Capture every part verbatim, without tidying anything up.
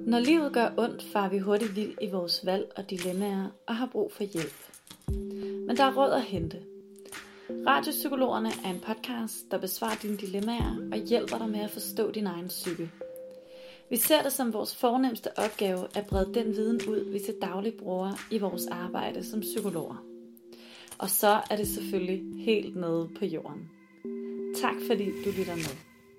Når livet gør ondt, farer vi hurtigt vild i vores valg og dilemmaer og har brug for hjælp. Men der er råd at hente. Radiopsykologerne er en podcast, der besvarer dine dilemmaer og hjælper dig med at forstå din egen psyke. Vi ser det som vores fornemste opgave at brede den viden ud, vi til daglig bruger i vores arbejde som psykologer. Og så er det selvfølgelig helt nede på jorden. Tak fordi du lytter med.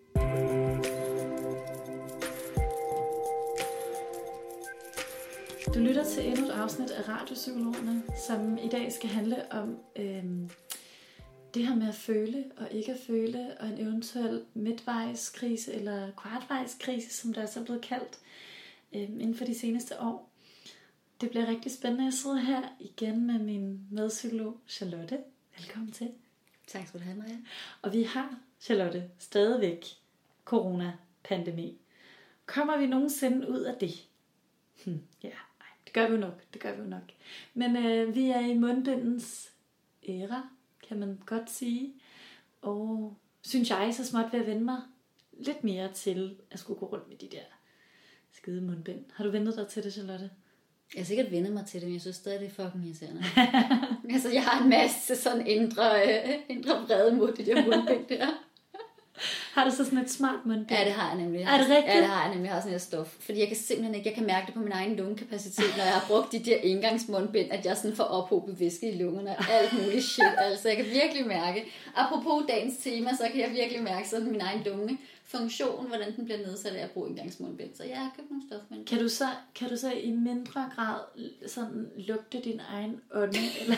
Du lytter til endnu et afsnit af Radiopsykologerne, som i dag skal handle om øhm, det her med at føle og ikke at føle, og en eventuel midtvejskrise eller kvartvejskrise, som der er så blevet kaldt øhm, inden for de seneste år. Det bliver rigtig spændende. Jeg sidder her igen med min medpsykolog Charlotte. Velkommen til. Tak skal du have, Maja. Og vi har, Charlotte, stadigvæk coronapandemi. Kommer vi nogensinde ud af det? Hm, ja. Det gør vi jo nok, det gør vi jo nok. Men øh, vi er i mundbindens æra, kan man godt sige. Og synes jeg så småt ved at vende mig lidt mere til at skulle gå rundt med de der skide mundbind. Har du vendt dig til det, Charlotte? Jeg har sikkert vendt mig til det, men jeg synes stadig, det er fucking irriterende. altså, jeg har en masse sådan indre, øh, indre vrede mod de der mundbind der. Har du så sådan et smart mundbind? Ja, det har jeg nemlig. Er det rigtigt? Ja, det har jeg nemlig. Jeg har sådan et stof. Fordi jeg kan simpelthen ikke, jeg kan mærke det på min egen lungekapacitet, når jeg har brugt de der engangsmundbind, at jeg sådan får ophobet væske i lungerne og alt muligt shit. Altså, jeg kan virkelig mærke. Apropos dagens tema, så kan jeg virkelig mærke sådan min egen lungefunktion, hvordan den bliver nedsat af at bruge engangsmundbind. Så jeg har købt nogle stofmænd. Kan du så, kan du så i mindre grad sådan lugte din egen ånde? Eller?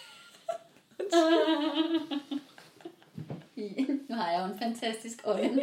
Nu har jeg jo en fantastisk ånd.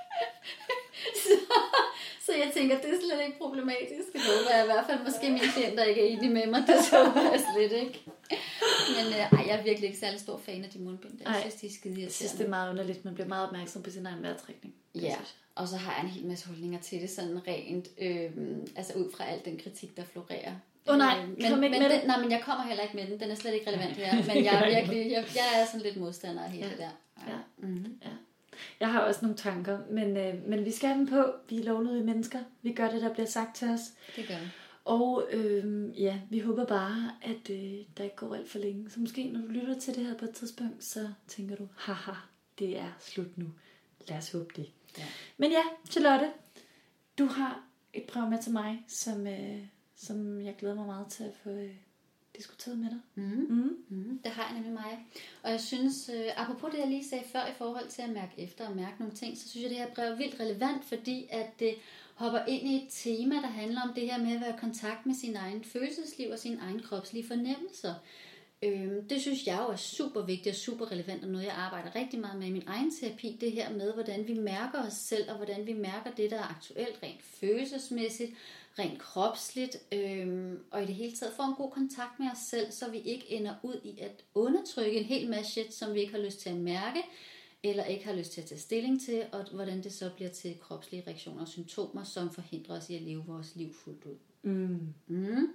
så, så jeg tænker, det er slet ikke problematisk. Det håber jeg i hvert fald. Måske mine klienter ikke er enige med mig. Det håber jeg slet ikke. Men øh, ej, jeg er virkelig ikke særlig stor fan af de mundbind. Jeg synes, de er skide. Jeg synes, det er meget underligt. Man bliver meget opmærksom på sin egen vejrtrækning. Ja, og så har jeg en hel masse holdninger til det. Sådan rent, øh, altså ud fra al den kritik, der florerer. Åh oh, nej, men, kom ikke men med den, det. Nej, men jeg kommer heller ikke med den. Den er slet ikke relevant her. Men jeg er virkelig, jeg, jeg er sådan lidt modstander af hele ja. det der. Ja. Mm-hmm. Ja. Jeg har også nogle tanker, men, øh, men vi skal have dem på. Vi er lovlydige mennesker. Vi gør det, der bliver sagt til os. Det gør vi. Og øh, ja, vi håber bare, at øh, der ikke går alt for længe. Så måske, når du lytter til det her på et tidspunkt, så tænker du, haha, det er slut nu. Lad os håbe det. Ja. Men ja, Charlotte, du har et brev med til mig, som, øh, som jeg glæder mig meget til at få øh, diskuteret med dig. Mm. Mm. Mm. Det har jeg nemlig, Maja. Og jeg synes, øh, apropos det jeg lige sagde før i forhold til at mærke efter og mærke nogle ting, så synes jeg, det her brev er vildt relevant, fordi at det hopper ind i et tema, der handler om det her med at være i kontakt med sin egen følelsesliv og sin egen kropslige fornemmelser. Øhm, det synes jeg jo er super vigtigt og super relevant, og noget jeg arbejder rigtig meget med i min egen terapi, det her med, hvordan vi mærker os selv, og hvordan vi mærker det, der er aktuelt, rent følelsesmæssigt, rent kropsligt, øhm, og i det hele taget få en god kontakt med os selv, så vi ikke ender ud i at undertrykke en hel masse shit, som vi ikke har lyst til at mærke, eller ikke har lyst til at tage stilling til, og hvordan det så bliver til kropslige reaktioner og symptomer, som forhindrer os i at leve vores liv fuldt ud. Mm. Mm.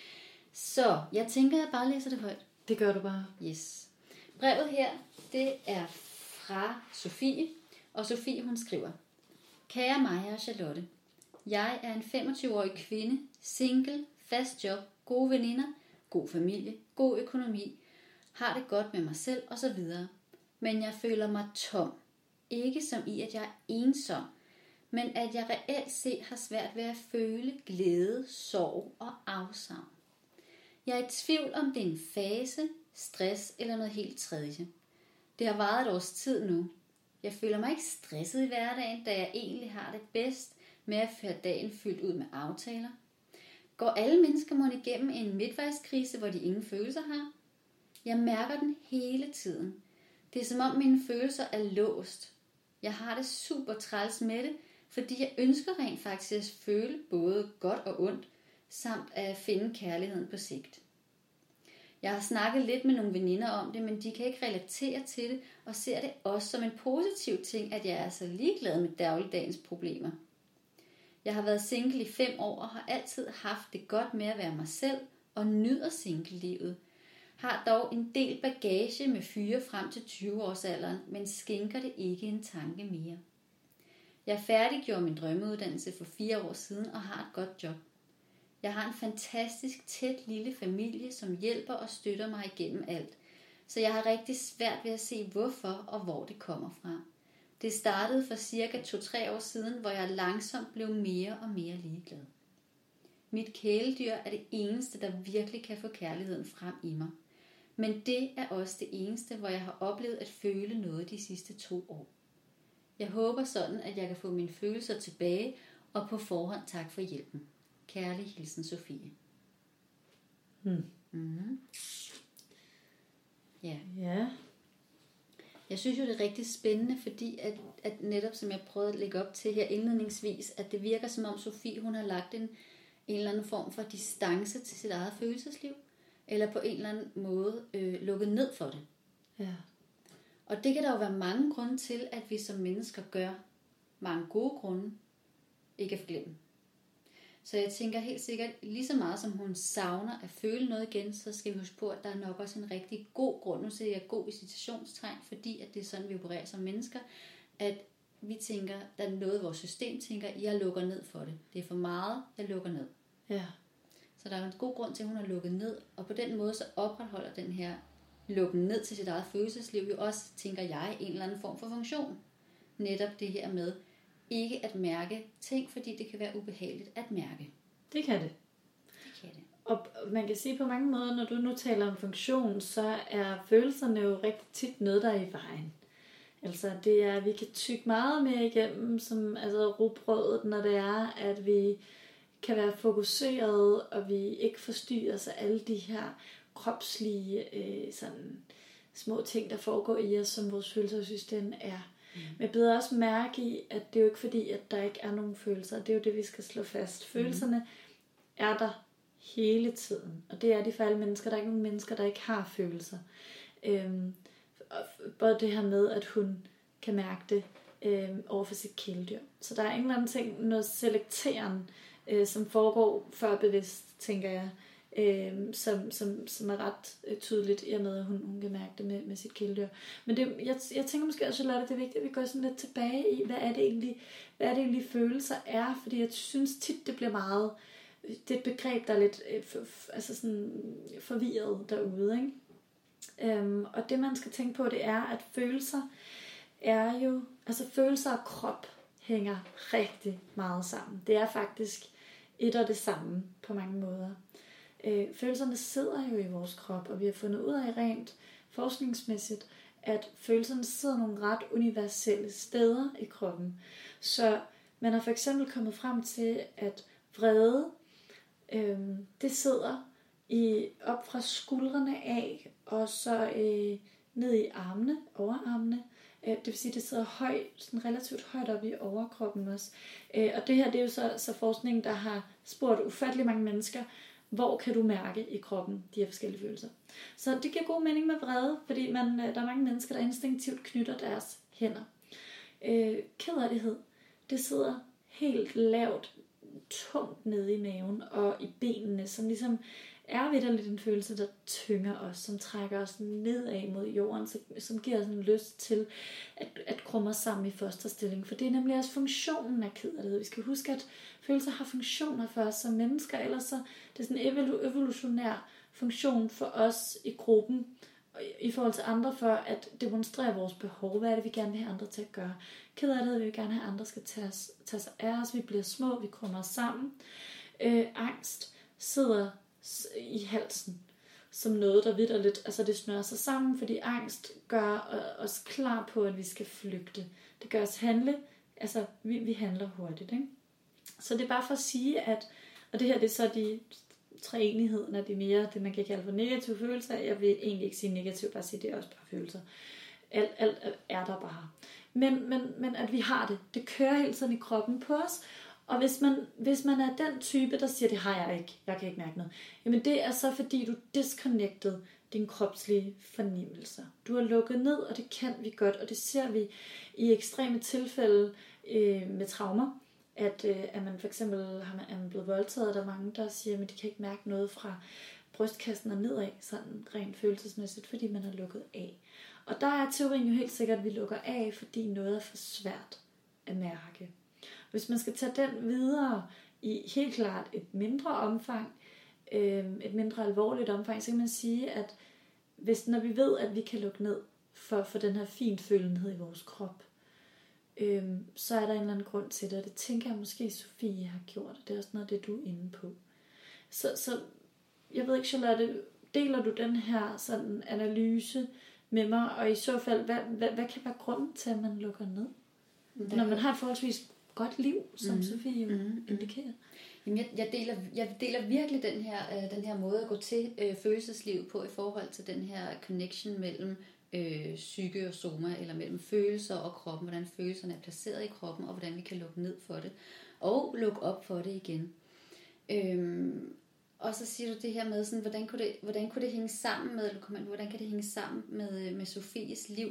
Så jeg tænker, at jeg bare læser det højt. Det gør du bare. Yes. Brevet her, det er fra Sofie, og Sofie hun skriver: Kære Maja og Charlotte, jeg er en femogtyve-årig kvinde, single, fast job, gode veninder, god familie, god økonomi, har det godt med mig selv osv. Men jeg føler mig tom. Ikke som i, at jeg er ensom, men at jeg reelt set har svært ved at føle glæde, sorg og afsavn. Jeg er i tvivl om det er en fase, stress eller noget helt tredje. Det har varet et års tid nu. Jeg føler mig ikke stresset i hverdagen, da jeg egentlig har det bedst med at føre dagen fyldt ud med aftaler. Går alle mennesker må igennem en midtvejskrise, hvor de ingen følelser har? Jeg mærker den hele tiden. Det er som om mine følelser er låst. Jeg har det super træls med det, fordi jeg ønsker rent faktisk at føle både godt og ondt, samt at finde kærligheden på sigt. Jeg har snakket lidt med nogle veninder om det, men de kan ikke relatere til det, og ser det også som en positiv ting, at jeg er så ligeglad med dagligdagens problemer. Jeg har været single i fem år, og har altid haft det godt med at være mig selv, og nyder singlelivet. Har dog en del bagage med fyre frem til tyve-årsalderen, men skænker det ikke en tanke mere. Jeg færdiggjorde min drømmeuddannelse for fire år siden og har et godt job. Jeg har en fantastisk tæt lille familie, som hjælper og støtter mig igennem alt. Så jeg har rigtig svært ved at se, hvorfor og hvor det kommer fra. Det startede for cirka to-tre år siden, hvor jeg langsomt blev mere og mere ligeglad. Mit kæledyr er det eneste, der virkelig kan få kærligheden frem i mig. Men det er også det eneste, hvor jeg har oplevet at føle noget de sidste to år. Jeg håber sådan, at jeg kan få mine følelser tilbage, og på forhånd tak for hjælpen. Kærlig hilsen, Sofie. Hmm. Mm-hmm. Ja. Ja. Jeg synes jo, det er rigtig spændende, fordi at, at netop som jeg prøvede at lægge op til her indledningsvis, at det virker som om Sofie, hun har lagt en, en eller anden form for distance til sit eget følelsesliv, eller på en eller anden måde øh, lukket ned for det. Ja. Og det kan der jo være mange grunde til, at vi som mennesker gør, mange gode grunde, ikke at forglemme. Så jeg tænker helt sikkert, lige så meget som hun savner at føle noget igen, så skal vi huske på, at der er nok også en rigtig god grund, nu siger jeg god i citationstegn, fordi at det er sådan, vi opererer som mennesker, at vi tænker, der er noget, vores system tænker, jeg lukker ned for det. Det er for meget, jeg lukker ned. Ja. Så der er en god grund til, at hun har lukket ned, og på den måde så opretholder den her lukken ned til sit eget følelsesliv jo også, tænker jeg, en eller anden form for funktion. Netop det her med ikke at mærke ting, fordi det kan være ubehageligt at mærke. Det kan det. Det kan det. Og man kan sige på mange måder, når du nu taler om funktion, så er følelserne jo rigtig tit noget, der er i vejen. Altså det er, vi kan tykke meget mere igennem, som altså rugbrødet, når det er, at vi kan være fokuseret, og vi ikke forstyrrer sig alle de her kropslige øh, sådan små ting, der foregår i os, som vores følelsessystem er. Mm. Men jeg beder også mærke i, at det er jo ikke fordi, at der ikke er nogen følelser. Det er jo det, vi skal slå fast. Følelserne mm. er der hele tiden. Og det er de for alle mennesker. Der er ikke nogen mennesker, der ikke har følelser. Øhm, både det her med, at hun kan mærke det øhm, over for sit kæledyr. Så der er en eller anden ting, noget selekterende, øh, som foregår før bevidst, tænker jeg. Øhm, som, som, som er ret øh, tydeligt i og med, at hun, hun kan mærke det med, med sit kæledyr. Men det, jeg, jeg tænker måske også, Charlotte, det er vigtigt, at vi går sådan lidt tilbage i, hvad er det egentlig, hvad er det egentlig følelser er, fordi jeg synes tit, det bliver meget, det er et begreb, der er lidt øh, for, altså sådan forvirret derude, ikke? Øhm, og det man skal tænke på, det er, at følelser er jo, altså følelser og krop hænger rigtig meget sammen. Det er faktisk et og det samme på mange måder. Øh, følelserne sidder jo i vores krop, og vi har fundet ud af rent forskningsmæssigt, at følelserne sidder nogle ret universelle steder i kroppen. Så man har for eksempel kommet frem til, at vrede, øh, det sidder i, op fra skuldrene af, og så øh, ned i armene, overarmene. Øh, det vil sige, det sidder højt, sådan relativt højt op i overkroppen også. Øh, og det her, det er jo så, så forskningen, der har spurgt ufattelig mange mennesker, hvor kan du mærke i kroppen de her forskellige følelser. Så det giver god mening med vrede, fordi man, der er mange mennesker, der instinktivt knytter deres hænder. Øh, kederlighed, det sidder helt lavt, tungt nede i maven og i benene, som ligesom er vitterligt en følelse, der tynger os, som trækker os nedad mod jorden, som giver os en lyst til at, at krumme os sammen i fosterstilling. For det er nemlig også funktionen af kederlighed. Vi skal huske, at følelser har funktioner for os som mennesker, ellers så det er sådan en evolutionær funktion for os i gruppen, i forhold til andre, for at demonstrere vores behov. Hvad er det, vi gerne vil have andre til at gøre? Kederlighed vil vi gerne have andre skal tage, os, tage sig af os. Vi bliver små, vi krummer os sammen. Øh, angst sidder i halsen som noget, der vitterligt, altså det snører sig sammen, fordi angst gør os klar på, at vi skal flygte. Det gør os handle, altså vi, vi handler hurtigt, ikke? Så det er bare for at sige, at, og det her, det er så de treenigheden af de mere, det man kan kalde for negative følelser. Jeg vil egentlig ikke sige negativ, bare sige, det er også bare følelser. Alt, alt er der bare. Men, men, men at vi har det, det kører hele tiden i kroppen på os. Og hvis man, hvis man er den type, der siger, det har jeg ikke, jeg kan ikke mærke noget, jamen det er så fordi, du disconnected dine kropslige fornemmelser. Du har lukket ned, og det kan vi godt, og det ser vi i ekstreme tilfælde øh, med traumer, at, øh, at man for eksempel har man, er man blevet voldtaget, og der er mange, der siger, at de kan ikke mærke noget fra brystkassen og nedad, sådan rent følelsesmæssigt, fordi man har lukket af. Og der er teorien jo helt sikkert, at vi lukker af, fordi noget er for svært. at mærke. Hvis man skal tage den videre i helt klart et mindre omfang, øh, et mindre alvorligt omfang, så kan man sige, at hvis, når vi ved, at vi kan lukke ned for, for den her finfølenhed i vores krop, øh, så er der en eller anden grund til det, og det tænker jeg måske, Sofie har gjort. Det er også noget af det, du er inde på. Så, så jeg ved ikke, Charlotte, deler du den her sådan analyse med mig, og i så fald, hvad, hvad, hvad kan være grunden til, at man lukker ned? Når man har et forholdsvis godt liv, som mm. Sofie jo mm. indikerer. Jamen, jeg, jeg, deler, jeg deler virkelig den her, øh, den her måde at gå til øh, følelsesliv på i forhold til den her connection mellem øh, psyke og soma, eller mellem følelser og kroppen, hvordan følelserne er placeret i kroppen, og hvordan vi kan lukke ned for det, og lukke op for det igen. Øhm, og så siger du det her med, sådan, hvordan, kunne det, hvordan kunne det hænge sammen med, eller hvordan kan det hænge sammen med, med Sofies liv?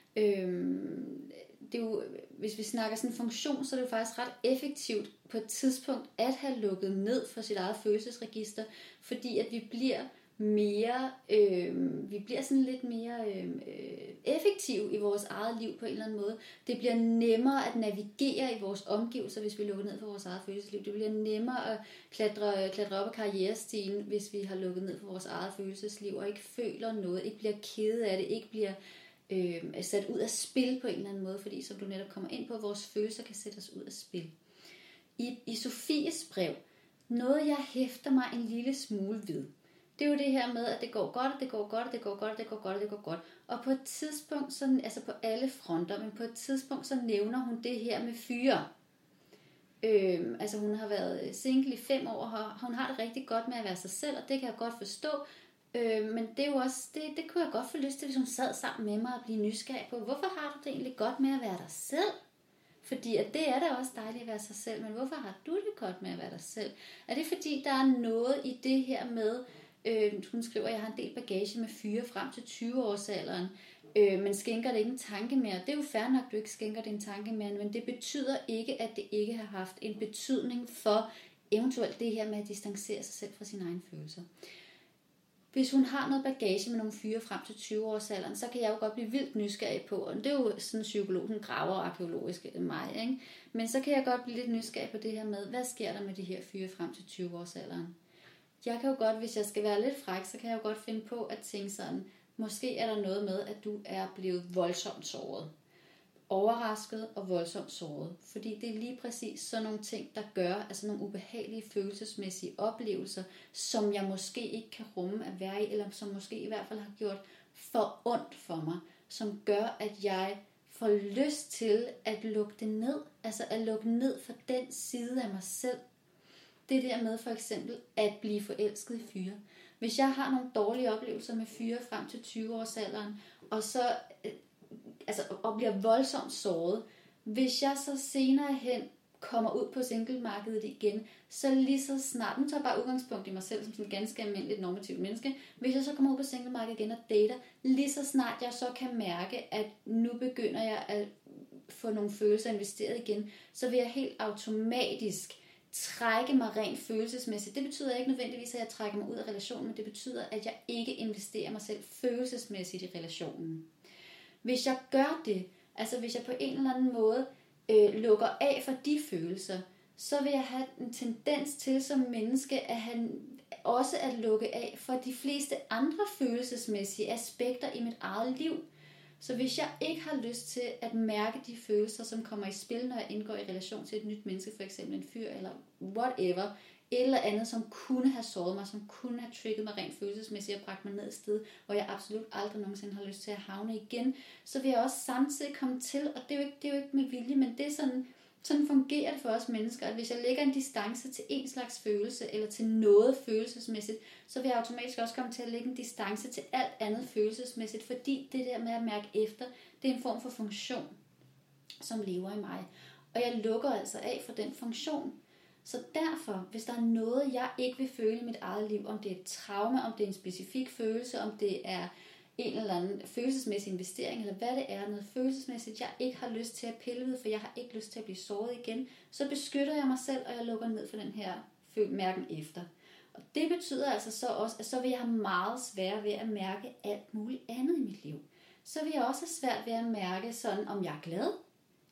Øhm, det er jo, hvis vi snakker sådan en funktion, så er det jo faktisk ret effektivt på et tidspunkt at have lukket ned for sit eget følelsesregister, fordi at vi bliver mere, øh, vi bliver sådan lidt mere øh, effektive i vores eget liv på en eller anden måde. Det bliver nemmere at navigere i vores omgivelser, hvis vi lukker ned for vores eget følelsesliv. Det bliver nemmere at klatre, klatre op ad karrierestigen, hvis vi har lukket ned for vores eget følelsesliv, og ikke føler noget, ikke bliver ked af det, ikke bliver øh, sat ud af spil på en eller anden måde, fordi som du netop kommer ind på, vores følelser kan sætte os ud af spil. I, i Sofies brev, noget jeg hæfter mig en lille smule ved, det er jo det her med, at det går godt, og det går godt, og det går godt, og det går godt, og det går godt. Og på et tidspunkt, så, altså på alle fronter, men på et tidspunkt, så nævner hun det her med fyre. Øhm, altså hun har været single i fem år, og hun har det rigtig godt med at være sig selv, og det kan jeg godt forstå. Øhm, men det er jo også, det, det kunne jeg godt få lyst til, hvis hun sad sammen med mig og blive nysgerrig på, hvorfor har du det egentlig godt med at være dig selv? Fordi at det er da også dejligt at være sig selv, men hvorfor har du det godt med at være dig selv? Er det fordi, der er noget i det her med, Øh, hun skriver, at jeg har en del bagage med fyre frem til tyve-årsalderen, øh, men skænker det ikke en tanke mere. Det er jo fair nok, at du ikke skænker det en tanke mere, men det betyder ikke, at det ikke har haft en betydning for eventuelt det her med at distancere sig selv fra sine egne følelser. Hvis hun har noget bagage med nogle fyre frem til tyve-årsalderen, så kan jeg jo godt blive vildt nysgerrig på, og det er jo sådan psykologen graver arkæologisk mig, ikke? Men så kan jeg godt blive lidt nysgerrig på det her med, hvad sker der med de her fyre frem til tyve-årsalderen? Jeg kan jo godt, hvis jeg skal være lidt fræk, så kan jeg jo godt finde på at tænke sådan, måske er der noget med, at du er blevet voldsomt såret. Overrasket og voldsomt såret. Fordi det er lige præcis sådan nogle ting, der gør, altså nogle ubehagelige følelsesmæssige oplevelser, som jeg måske ikke kan rumme at være i, eller som måske i hvert fald har gjort for ondt for mig, som gør, at jeg får lyst til at lukke det ned, altså at lukke ned for den side af mig selv. Det der med for eksempel at blive forelsket i fyre. Hvis jeg har nogle dårlige oplevelser med fyre frem til tyve-årsalderen, og så øh, altså, og bliver voldsomt såret, hvis jeg så senere hen kommer ud på singlemarkedet igen, så lige så snart, nu tager jeg bare udgangspunkt i mig selv som sådan en ganske almindeligt normativt menneske, hvis jeg så kommer ud på singlemarkedet igen og dater, lige så snart jeg så kan mærke, at nu begynder jeg at få nogle følelser investeret igen, så vil jeg helt automatisk trække mig rent følelsesmæssigt. Det betyder ikke nødvendigvis, at jeg trækker mig ud af relationen, men det betyder, at jeg ikke investerer mig selv følelsesmæssigt i relationen. Hvis jeg gør det, altså hvis jeg på en eller anden måde øh, lukker af for de følelser, så vil jeg have en tendens til som menneske at have også at lukke af for de fleste andre følelsesmæssige aspekter i mit eget liv. Så hvis jeg ikke har lyst til at mærke de følelser, som kommer i spil, når jeg indgår i relation til et nyt menneske, for eksempel en fyr eller whatever, et eller andet, som kunne have såret mig, som kunne have trigget mig rent følelsesmæssigt og bragt mig ned et sted, hvor jeg absolut aldrig nogensinde har lyst til at havne igen, så vil jeg også samtidig komme til, og det er jo ikke, det er jo ikke med vilje, men det er sådan, sådan fungerer det for os mennesker, at hvis jeg lægger en distance til en slags følelse, eller til noget følelsesmæssigt, så vil jeg automatisk også komme til at lægge en distance til alt andet følelsesmæssigt, fordi det der med at mærke efter, det er en form for funktion, som lever i mig. Og jeg lukker altså af for den funktion. Så derfor, hvis der er noget, jeg ikke vil føle i mit eget liv, om det er et traume, om det er en specifik følelse, om det er en eller anden følelsesmæssig investering, eller hvad det er, noget følelsesmæssigt, jeg ikke har lyst til at pille ved, for jeg har ikke lyst til at blive såret igen, så beskytter jeg mig selv, og jeg lukker ned for den her mærken efter. Og det betyder altså så også, at så vil jeg have meget svært ved at mærke alt muligt andet i mit liv. Så vil jeg også have svært ved at mærke sådan, om jeg er glad,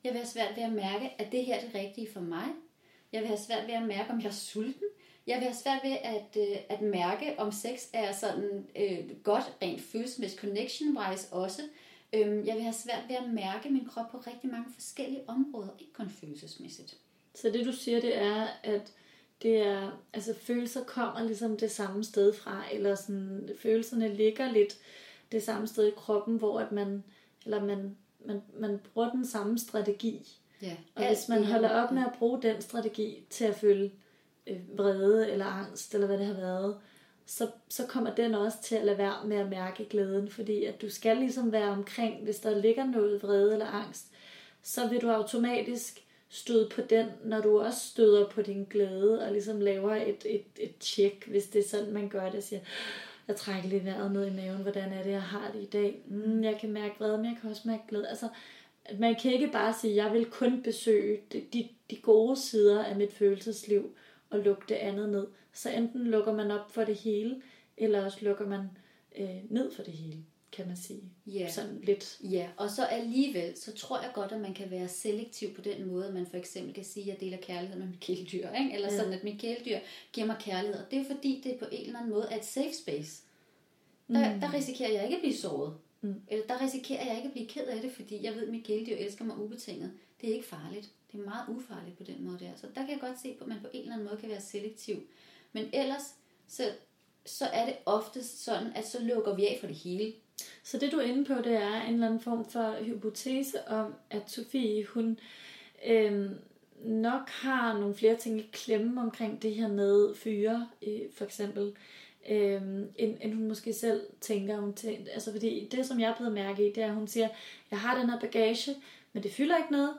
Jeg vil have svært ved at mærke, at det her er det rigtige for mig. Jeg vil have svært ved at mærke, om jeg er sulten. Jeg vil have svært ved at, øh, at mærke, om sex er sådan øh, godt, rent følelsesmæssigt, connection-wise også. Øhm, jeg vil have svært ved at mærke min krop på rigtig mange forskellige områder, ikke kun følelsesmæssigt. Så det du siger, det er, at det er, altså følelser kommer ligesom det samme sted fra, eller sådan, følelserne ligger lidt det samme sted i kroppen, hvor at man, eller man, man, man bruger den samme strategi. Ja, og hvis man holder op med at bruge den strategi til at føle øh, vrede eller angst, eller hvad det har været, så, så kommer den også til at lade være med at mærke glæden, fordi at du skal ligesom være omkring, hvis der ligger noget vrede eller angst, så vil du automatisk støde på den, når du også støder på din glæde, og ligesom laver et, et, et tjek, hvis det er sådan, man gør det, og siger, jeg trækker lidt vejret ned i maven, hvordan er det, jeg har det i dag, mm, jeg kan mærke vrede, men jeg kan også mærke glæde, altså, man kan ikke bare sige, jeg vil kun besøge de, de, de gode sider af mit følelsesliv, og lukke det andet ned, så enten lukker man op for det hele, eller også lukker man øh, ned for det hele, kan man sige. Ja. Sådan lidt. Ja, og så alligevel, så tror jeg godt, at man kan være selektiv på den måde, at man for eksempel kan sige, at jeg deler kærlighed med mit kæledyr, ikke? Eller ja. Sådan, at mit kæledyr giver mig kærlighed. Og det er fordi, det på en eller anden måde er et safe space. Der, mm. der risikerer jeg ikke at blive såret. Mm. Eller der risikerer jeg ikke at blive ked af det, fordi jeg ved, at mit kæledyr elsker mig ubetinget. Det er ikke farligt. Det er meget ufarligt på den måde der. Så der kan jeg godt se, at man på en eller anden måde kan være selektiv. Men ellers, så, så er det oftest sådan, at så lukker vi af for det hele. Så det du er inde på, det er en eller anden form for hypotese om, at Sofie, hun øh, nok har nogle flere ting i klemme omkring det her med fyre, for eksempel, øh, end, end hun måske selv tænker. Hun tænker, altså fordi det, som jeg er blevet mærke i, det er, at hun siger, jeg har den her bagage, men det fylder ikke noget,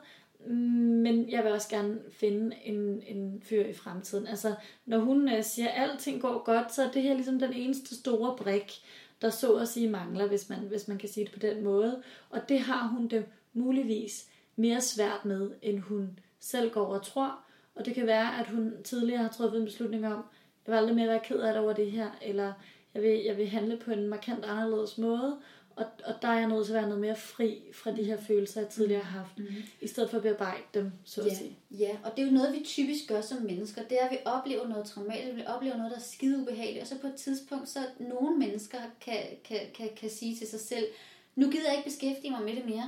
men jeg vil også gerne finde en, en fyr i fremtiden. Altså, når hun øh, siger, at alting går godt, så er det her ligesom den eneste store brik, der så at sige mangler, hvis man, hvis man kan sige det på den måde. Og det har hun det muligvis mere svært med, end hun selv går og tror. Og det kan være, at hun tidligere har truffet en beslutning om, jeg vil aldrig mere være ked af det over det her, eller jeg vil, jeg vil handle på en markant anderledes måde, og, og der er jeg nødt til at være noget mere fri fra de her følelser, jeg tidligere har haft, mm-hmm. i stedet for at bearbejde dem, så at ja, sige. Ja, og det er jo noget, vi typisk gør som mennesker. Det er, at vi oplever noget traumatisk, vi oplever noget, der er skide ubehageligt, og så på et tidspunkt, så nogle mennesker kan, kan, kan, kan sige til sig selv, nu gider jeg ikke beskæftige mig med det mere.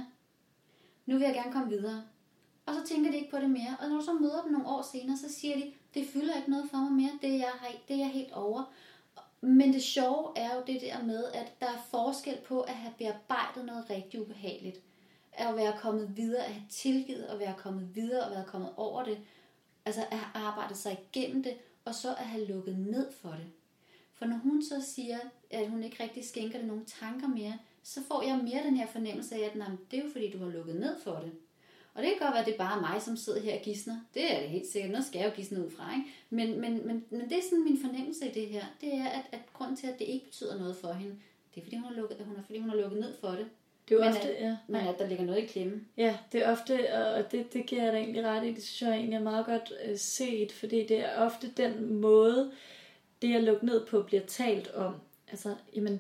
Nu vil jeg gerne komme videre. Og så tænker de ikke på det mere, og når du så møder dem nogle år senere, så siger de, det fylder ikke noget for mig mere, det er jeg, det er jeg helt over. Men det sjove er jo det der med, at der er forskel på at have bearbejdet noget rigtig ubehageligt. At være kommet videre, at have tilgivet, at være kommet videre og være kommet over det. Altså at have arbejdet sig igennem det, og så at have lukket ned for det. For når hun så siger, at hun ikke rigtig skænker det nogle tanker mere, så får jeg mere den her fornemmelse af, at nej, det er jo fordi, du har lukket ned for det. Og det kan godt være, at det er bare mig, som sidder her og gisner. Det er det helt sikkert. Noget skal jeg jo gisne ud fra, ikke? Men, men, men, men det er sådan min fornemmelse i det her. Det er, at, at grunden til, at det ikke betyder noget for hende, det er, fordi hun har lukket, hun er, fordi hun har lukket ned for det. Det er jo men, ofte, at, ja. men at der ligger noget i klemme. Ja, det er ofte, og det, det giver jeg da egentlig ret i, det synes jeg egentlig er meget godt øh, set, fordi det er ofte den måde, det at lukke ned på, bliver talt om. Altså, jamen,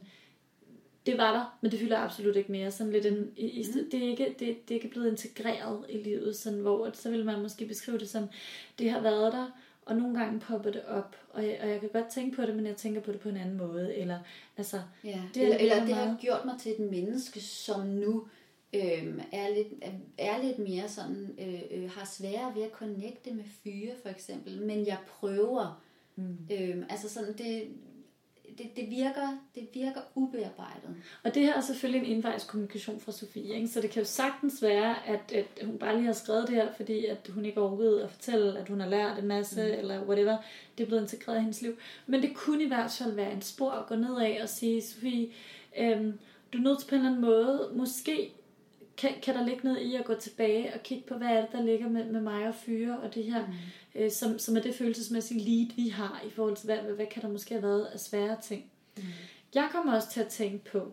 det var der, men det fylder absolut ikke mere. Sådan lidt en, i, i, mm. det, er ikke, det, det er ikke blevet integreret i livet, sådan, hvor så vil man måske beskrive det som, det har været der, og nogle gange popper det op, og jeg, og jeg kan godt tænke på det, men jeg tænker på det på en anden måde. Eller, altså, ja. det, eller, er eller det meget... har gjort mig til et menneske, som nu øhm, er, lidt, er lidt mere sådan, øh, øh, har sværere ved at connecte med fyre, for eksempel. Men jeg prøver. Mm. Øhm, altså sådan, det... Det, det, virker, det virker ubearbejdet. Og det her er selvfølgelig en indvejskommunikation fra Sofie, ikke? Så det kan jo sagtens være, at, at hun bare lige har skrevet det her, fordi at hun ikke overgået at fortælle, at hun har lært en masse, mm. eller whatever. Det er blevet integreret i hendes liv. Men det kunne i hvert fald være en spor at gå ned af og sige, Sofie, øhm, du er nødt til på en eller anden måde, måske kan, kan der ligge noget i at gå tilbage og kigge på, hvad er det, der ligger med, med mig og fyre, og det her, mm. øh, som, som er det følelsesmæssige lead, vi har, i forhold til, hvad, hvad, hvad kan der måske have været af svære ting. Mm. Jeg kommer også til at tænke på,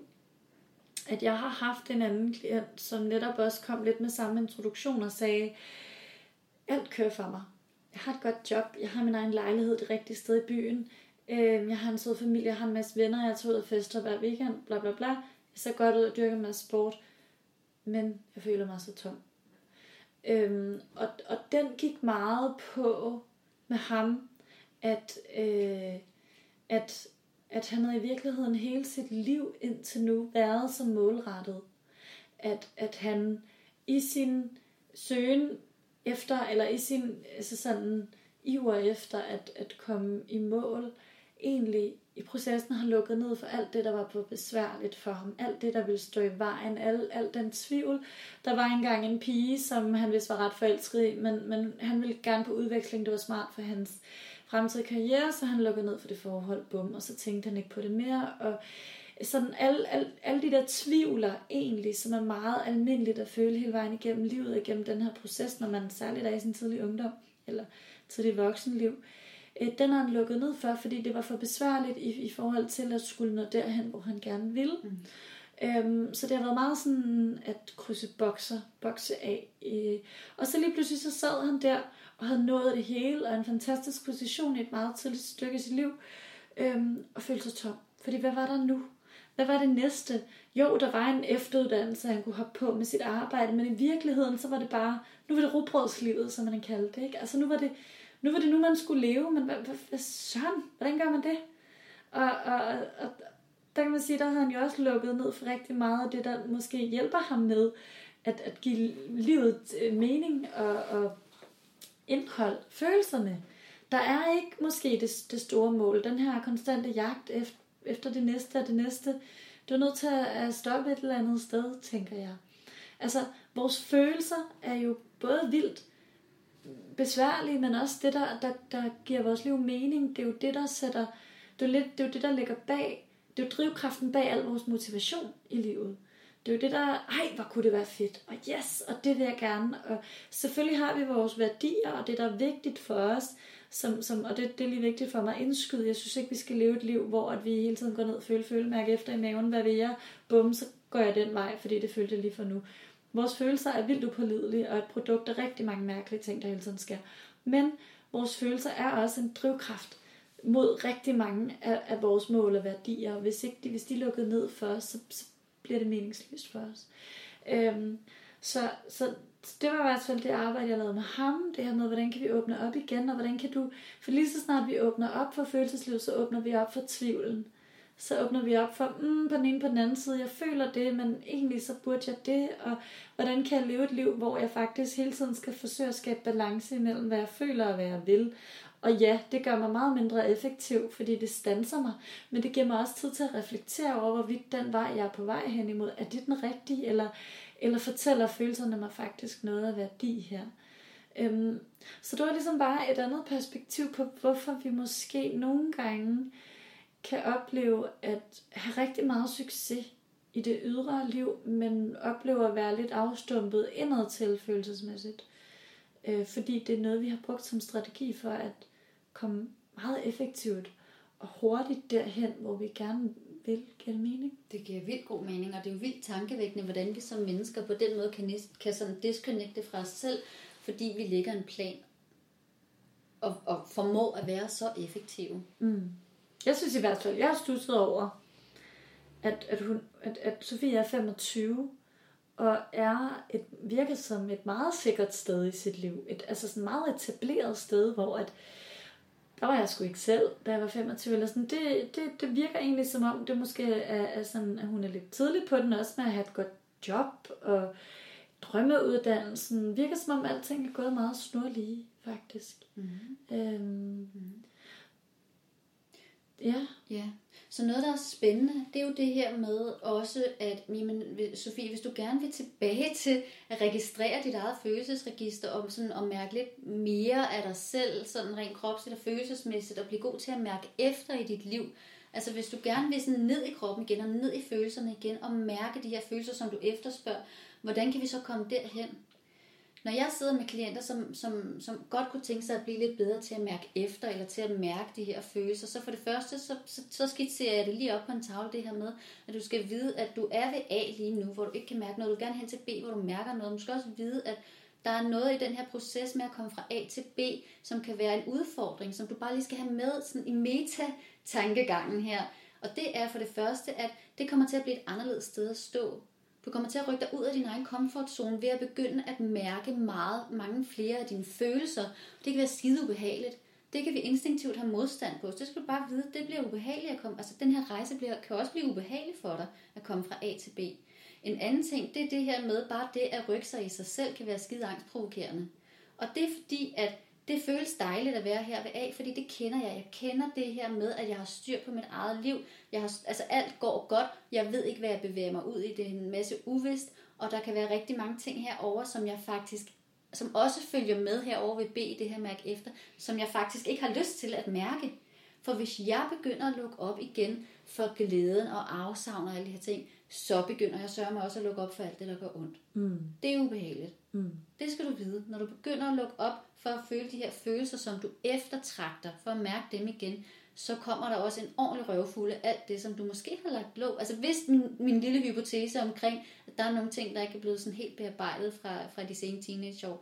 at jeg har haft en anden klient, som netop også kom lidt med samme introduktion og sagde, alt kører for mig. Jeg har et godt job, jeg har min egen lejlighed det rigtige sted i byen, øh, jeg har en sød familie, jeg har en masse venner, jeg tager ud og fester hver weekend, bla bla bla. Jeg ser godt ud og dyrker en masse sport, men jeg føler mig så tom. Øhm, og, og den gik meget på med ham, at, øh, at, at han havde i virkeligheden hele sit liv indtil nu været så målrettet. At, at han i sin søgen efter, eller i sin altså sådan, iver efter at, at komme i mål, egentlig i processen har lukket ned for alt det, der var for besværligt for ham. Alt det, der ville stå i vejen. Al, al den tvivl. Der var engang en pige, som han vidste var ret forelsket i, men, men han ville gerne på udveksling. Det var smart for hans fremtidige karriere, så han lukkede ned for det forhold. Bum, og så tænkte han ikke på det mere. Og sådan alle, alle, alle de der tvivler egentlig, som er meget almindeligt at føle hele vejen igennem livet, igennem den her proces, når man særligt er i sin tidlige ungdom, eller tidlige voksenliv, den har han lukket ned for, fordi det var for besværligt i, i forhold til at skulle nå derhen, hvor han gerne ville. Mm. Øhm, så det har været meget sådan at krydse bokser, bokse af. Øh. Og så lige pludselig så sad han der og havde nået det hele, og en fantastisk position i et meget tidligt stykke i sit liv, øhm, og følte sig tom. Fordi hvad var der nu? Hvad var det næste? Jo, der var en efteruddannelse, han kunne hoppe på med sit arbejde, men i virkeligheden så var det bare, nu var det rugbrødslivet, som man kaldte det, ikke? Altså nu var det Nu var det nu, man skulle leve, men hvad, hvad, hvad søren? Hvordan gør man det? Og, og, og der kan man sige, der havde han jo også lukket ned for rigtig meget af det, der måske hjælper ham med at, at give livet mening og, og indhold, følelserne. Der er ikke måske det, det store mål, den her konstante jagt efter, efter det næste og det næste. Du er nødt til at stoppe et eller andet sted, tænker jeg. Altså, vores følelser er jo både vildt besværlige, men også det, der, der, der giver vores liv mening. Det er jo det, der sætter, det er, lidt, det er jo det, der ligger bag, det er jo drivkraften bag al vores motivation i livet. Det er jo det, der, ej, hvor kunne det være fedt, og yes, og det vil jeg gerne. Og selvfølgelig har vi vores værdier, og det, der er vigtigt for os, som, som, og det, det er lige vigtigt for mig at indskyde. Jeg synes ikke, vi skal leve et liv, hvor at vi hele tiden går ned og føle, føle, mærke efter i maven, hvad vil jeg, bum, så går jeg den vej, fordi det følte jeg lige for nu. Vores følelser er vildt upålidelige, og et produkt af rigtig mange mærkelige ting, der hele tiden sker. Men vores følelser er også en drivkraft mod rigtig mange af, af vores mål og værdier. Hvis, ikke de, hvis de er lukket ned for os, så, så bliver det meningsløst for os. Øhm, så, så det var i hvert fald det arbejde, jeg lavede med ham. Det her med, hvordan kan vi åbne op igen, og hvordan kan du... For lige så snart vi åbner op for følelsesliv, så åbner vi op for tvivlen. Så åbner vi op for, mm, på den ene på den anden side, jeg føler det, men egentlig så burde jeg det, og hvordan kan jeg leve et liv, hvor jeg faktisk hele tiden skal forsøge at skabe balance imellem, hvad jeg føler og hvad jeg vil. Og ja, det gør mig meget mindre effektiv, fordi det standser mig, men det giver mig også tid til at reflektere over, hvorvidt den vej, jeg er på vej hen imod, er det den rigtige, eller, eller fortæller følelserne mig faktisk noget af værdi her. Øhm, så det var ligesom bare et andet perspektiv på, hvorfor vi måske nogle gange kan opleve at have rigtig meget succes i det ydre liv, men oplever at være lidt afstumpet indad til følelsesmæssigt. Øh, fordi det er noget, vi har brugt som strategi for at komme meget effektivt og hurtigt derhen, hvor vi gerne vil. Giver det mening? Det giver vildt god mening, og det er jo vildt tankevækkende, hvordan vi som mennesker på den måde kan, kan sådan disconnecte fra os selv, fordi vi lægger en plan og, og formår at være så effektive. Mm. Jeg synes i hvert fald, jeg har studset over, at, at, hun, at, at Sofie er femogtyve, og er et, virker som et meget sikkert sted i sit liv. Et, altså sådan et meget etableret sted, hvor at, der var jeg sgu ikke selv, da jeg var femogtyve. Eller sådan. Det, det, det virker egentlig som om, det måske er, er sådan, at hun er lidt tidlig på den, også med at have et godt job, og drømmeuddannelsen. Virker som om, alting er gået meget snorlige, faktisk. Mm-hmm. Øhm, mm-hmm. Ja. Ja. Så noget, der er spændende, det er jo det her med også, at jamen, Sofie, hvis du gerne vil tilbage til at registrere dit eget følelsesregister, og sådan at mærke lidt mere af dig selv, sådan rent kropsligt og følelsesmæssigt, og blive god til at mærke efter i dit liv. Altså hvis du gerne vil sådan ned i kroppen igen, og ned i følelserne igen, og mærke de her følelser, som du efterspørger, hvordan kan vi så komme derhen? Når jeg sidder med klienter, som, som, som godt kunne tænke sig at blive lidt bedre til at mærke efter, eller til at mærke de her følelser, så for det første, så, så, så skitserer jeg det lige op på en tavle, det her med, at du skal vide, at du er ved A lige nu, hvor du ikke kan mærke noget. Du vil gerne hen til B, hvor du mærker noget. Du skal også vide, at der er noget i den her proces med at komme fra A til B, som kan være en udfordring, som du bare lige skal have med sådan i meta-tankegangen her. Og det er for det første, at det kommer til at blive et anderledes sted at stå. Du kommer til at rykke dig ud af din egen komfortzone ved at begynde at mærke meget, mange flere af dine følelser. Det kan være skide ubehageligt. Det kan vi instinktivt have modstand på. Så det skal du bare vide, det bliver ubehageligt at komme. Altså den her rejse bliver, kan også blive ubehagelig for dig at komme fra A til B. En anden ting, det er det her med, bare det at rykke sig i sig selv kan være skide angstprovokerende. Og det er fordi, at det føles dejligt at være her ved A, fordi det kender jeg. Jeg kender det her med, at jeg har styr på mit eget liv. Jeg har, altså alt går godt. Jeg ved ikke, hvad jeg bevæger mig ud i. Det er en masse uvist. Og der kan være rigtig mange ting herover, som jeg faktisk, som også følger med herover ved B, det her mærke efter, som jeg faktisk ikke har lyst til at mærke. For hvis jeg begynder at lukke op igen for glæden og afsavn og alle de her ting, så begynder jeg sørge mig også at lukke op for alt det, der går ondt. Mm. Det er ubehageligt. Mm. Det skal du vide. Når du begynder at lukke op for at føle de her følelser, som du eftertragter, for at mærke dem igen, så kommer der også en ordentlig røvfuld af alt det, som du måske har lagt låg. Altså hvis min, min lille hypotese omkring, at der er nogle ting, der ikke er blevet sådan helt bearbejdet fra, fra de sene teenageår,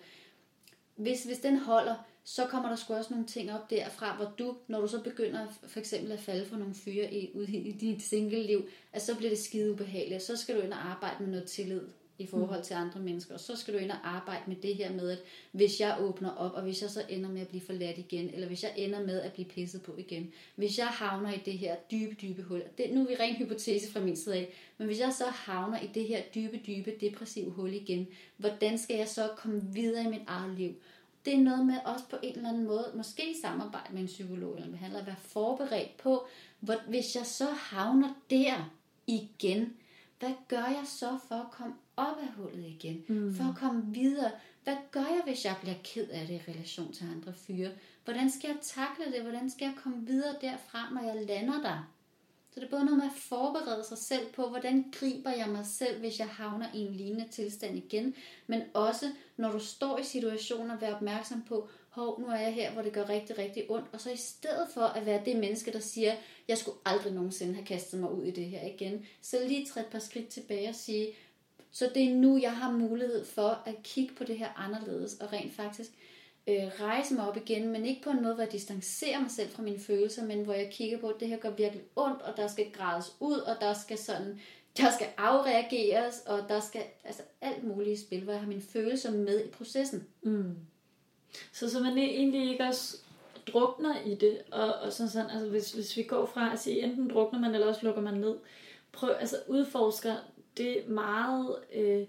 hvis, hvis den holder, så kommer der sgu også nogle ting op derfra, hvor du, når du så begynder for eksempel at falde for nogle fyre i, ude i dit single-liv, at så bliver det skide ubehageligt. Så skal du ind og arbejde med noget tillid i forhold til andre mennesker. Og så skal du ind og arbejde med det her med, at hvis jeg åbner op, og hvis jeg så ender med at blive forladt igen, eller hvis jeg ender med at blive pisset på igen, hvis jeg havner i det her dybe, dybe hul, det, nu er vi ren hypotese fra min side af, men hvis jeg så havner i det her dybe, dybe, depressive hul igen, hvordan skal jeg så komme videre i mit eget liv? Det er noget med også på en eller anden måde, måske i samarbejde med en psykolog eller en behandler, at være forberedt på, hvor, hvis jeg så havner der igen, hvad gør jeg så for at komme op af hullet igen? Mm. For at komme videre? Hvad gør jeg, hvis jeg bliver ked af det i relation til andre fyre? Hvordan skal jeg takle det? Hvordan skal jeg komme videre derfra, når jeg lander der? Så det er både noget med at forberede sig selv på, hvordan griber jeg mig selv, hvis jeg havner i en lignende tilstand igen. Men også, når du står i situationer, være opmærksom på, hov, nu er jeg her, hvor det gør rigtig, rigtig ondt. Og så i stedet for at være det menneske, der siger, jeg skulle aldrig nogensinde have kastet mig ud i det her igen, så lige træde et par skridt tilbage og sige, så det er nu, jeg har mulighed for at kigge på det her anderledes, og rent faktisk øh, rejse mig op igen, men ikke på en måde, hvor jeg distancerer mig selv fra mine følelser, men hvor jeg kigger på, at det her gør virkelig ondt, og der skal grædes ud, og der skal sådan, der skal afreageres, og der skal altså alt muligt i spil, hvor jeg har mine følelser med i processen. Mm. Så, så man egentlig ikke også drukner i det, og, og sådan sådan, altså hvis, hvis vi går fra at sige, enten drukner man, eller også lukker man ned, prøv, altså udforsker det meget øh,